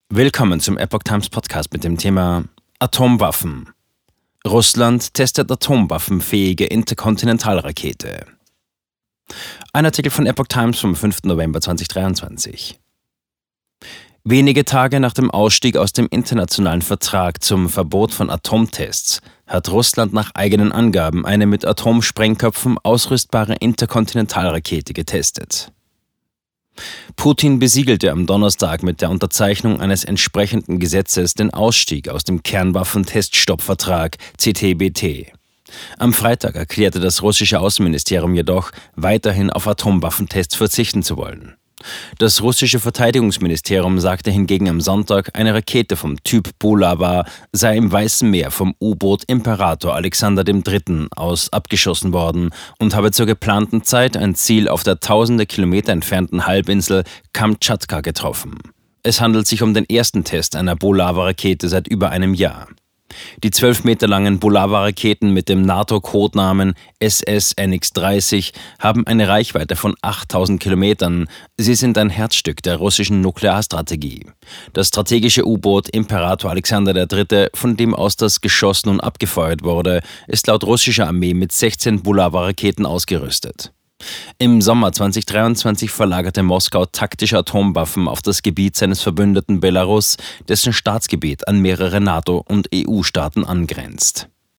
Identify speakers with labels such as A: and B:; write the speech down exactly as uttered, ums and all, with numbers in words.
A: Willkommen zum Epoch Times Podcast mit dem Thema Atomwaffen. Russland testet atomwaffenfähige Interkontinentalrakete. Ein Artikel von Epoch Times vom fünften November zweitausenddreiundzwanzig. Wenige Tage nach dem Ausstieg aus dem internationalen Vertrag zum Verbot von Atomtests hat Russland nach eigenen Angaben eine mit Atomsprengköpfen ausrüstbare Interkontinentalrakete getestet. Putin besiegelte am Donnerstag mit der Unterzeichnung eines entsprechenden Gesetzes den Ausstieg aus dem Kernwaffenteststoppvertrag C T B T. Am Freitag erklärte das russische Außenministerium jedoch, weiterhin auf Atomwaffentests verzichten zu wollen. Das russische Verteidigungsministerium sagte hingegen am Sonntag, eine Rakete vom Typ Bulava sei im Weißen Meer vom U-Boot Imperator Alexander der Dritte aus abgeschossen worden und habe zur geplanten Zeit ein Ziel auf der tausende Kilometer entfernten Halbinsel Kamtschatka getroffen. Es handelt sich um den ersten Test einer Bulava-Rakete seit über einem Jahr. Die zwölf Meter langen Bulava-Raketen mit dem NATO-Codenamen S S N X dreißig haben eine Reichweite von achttausend Kilometern. Sie sind ein Herzstück der russischen Nuklearstrategie. Das strategische U-Boot Imperator Alexander der Dritte, von dem aus das Geschoss nun abgefeuert wurde, ist laut russischer Armee mit sechzehn Bulava-Raketen ausgerüstet. Im Sommer zweitausenddreiundzwanzig verlagerte Moskau taktische Atomwaffen auf das Gebiet seines Verbündeten Belarus, dessen Staatsgebiet an mehrere NATO- und E U-Staaten angrenzt.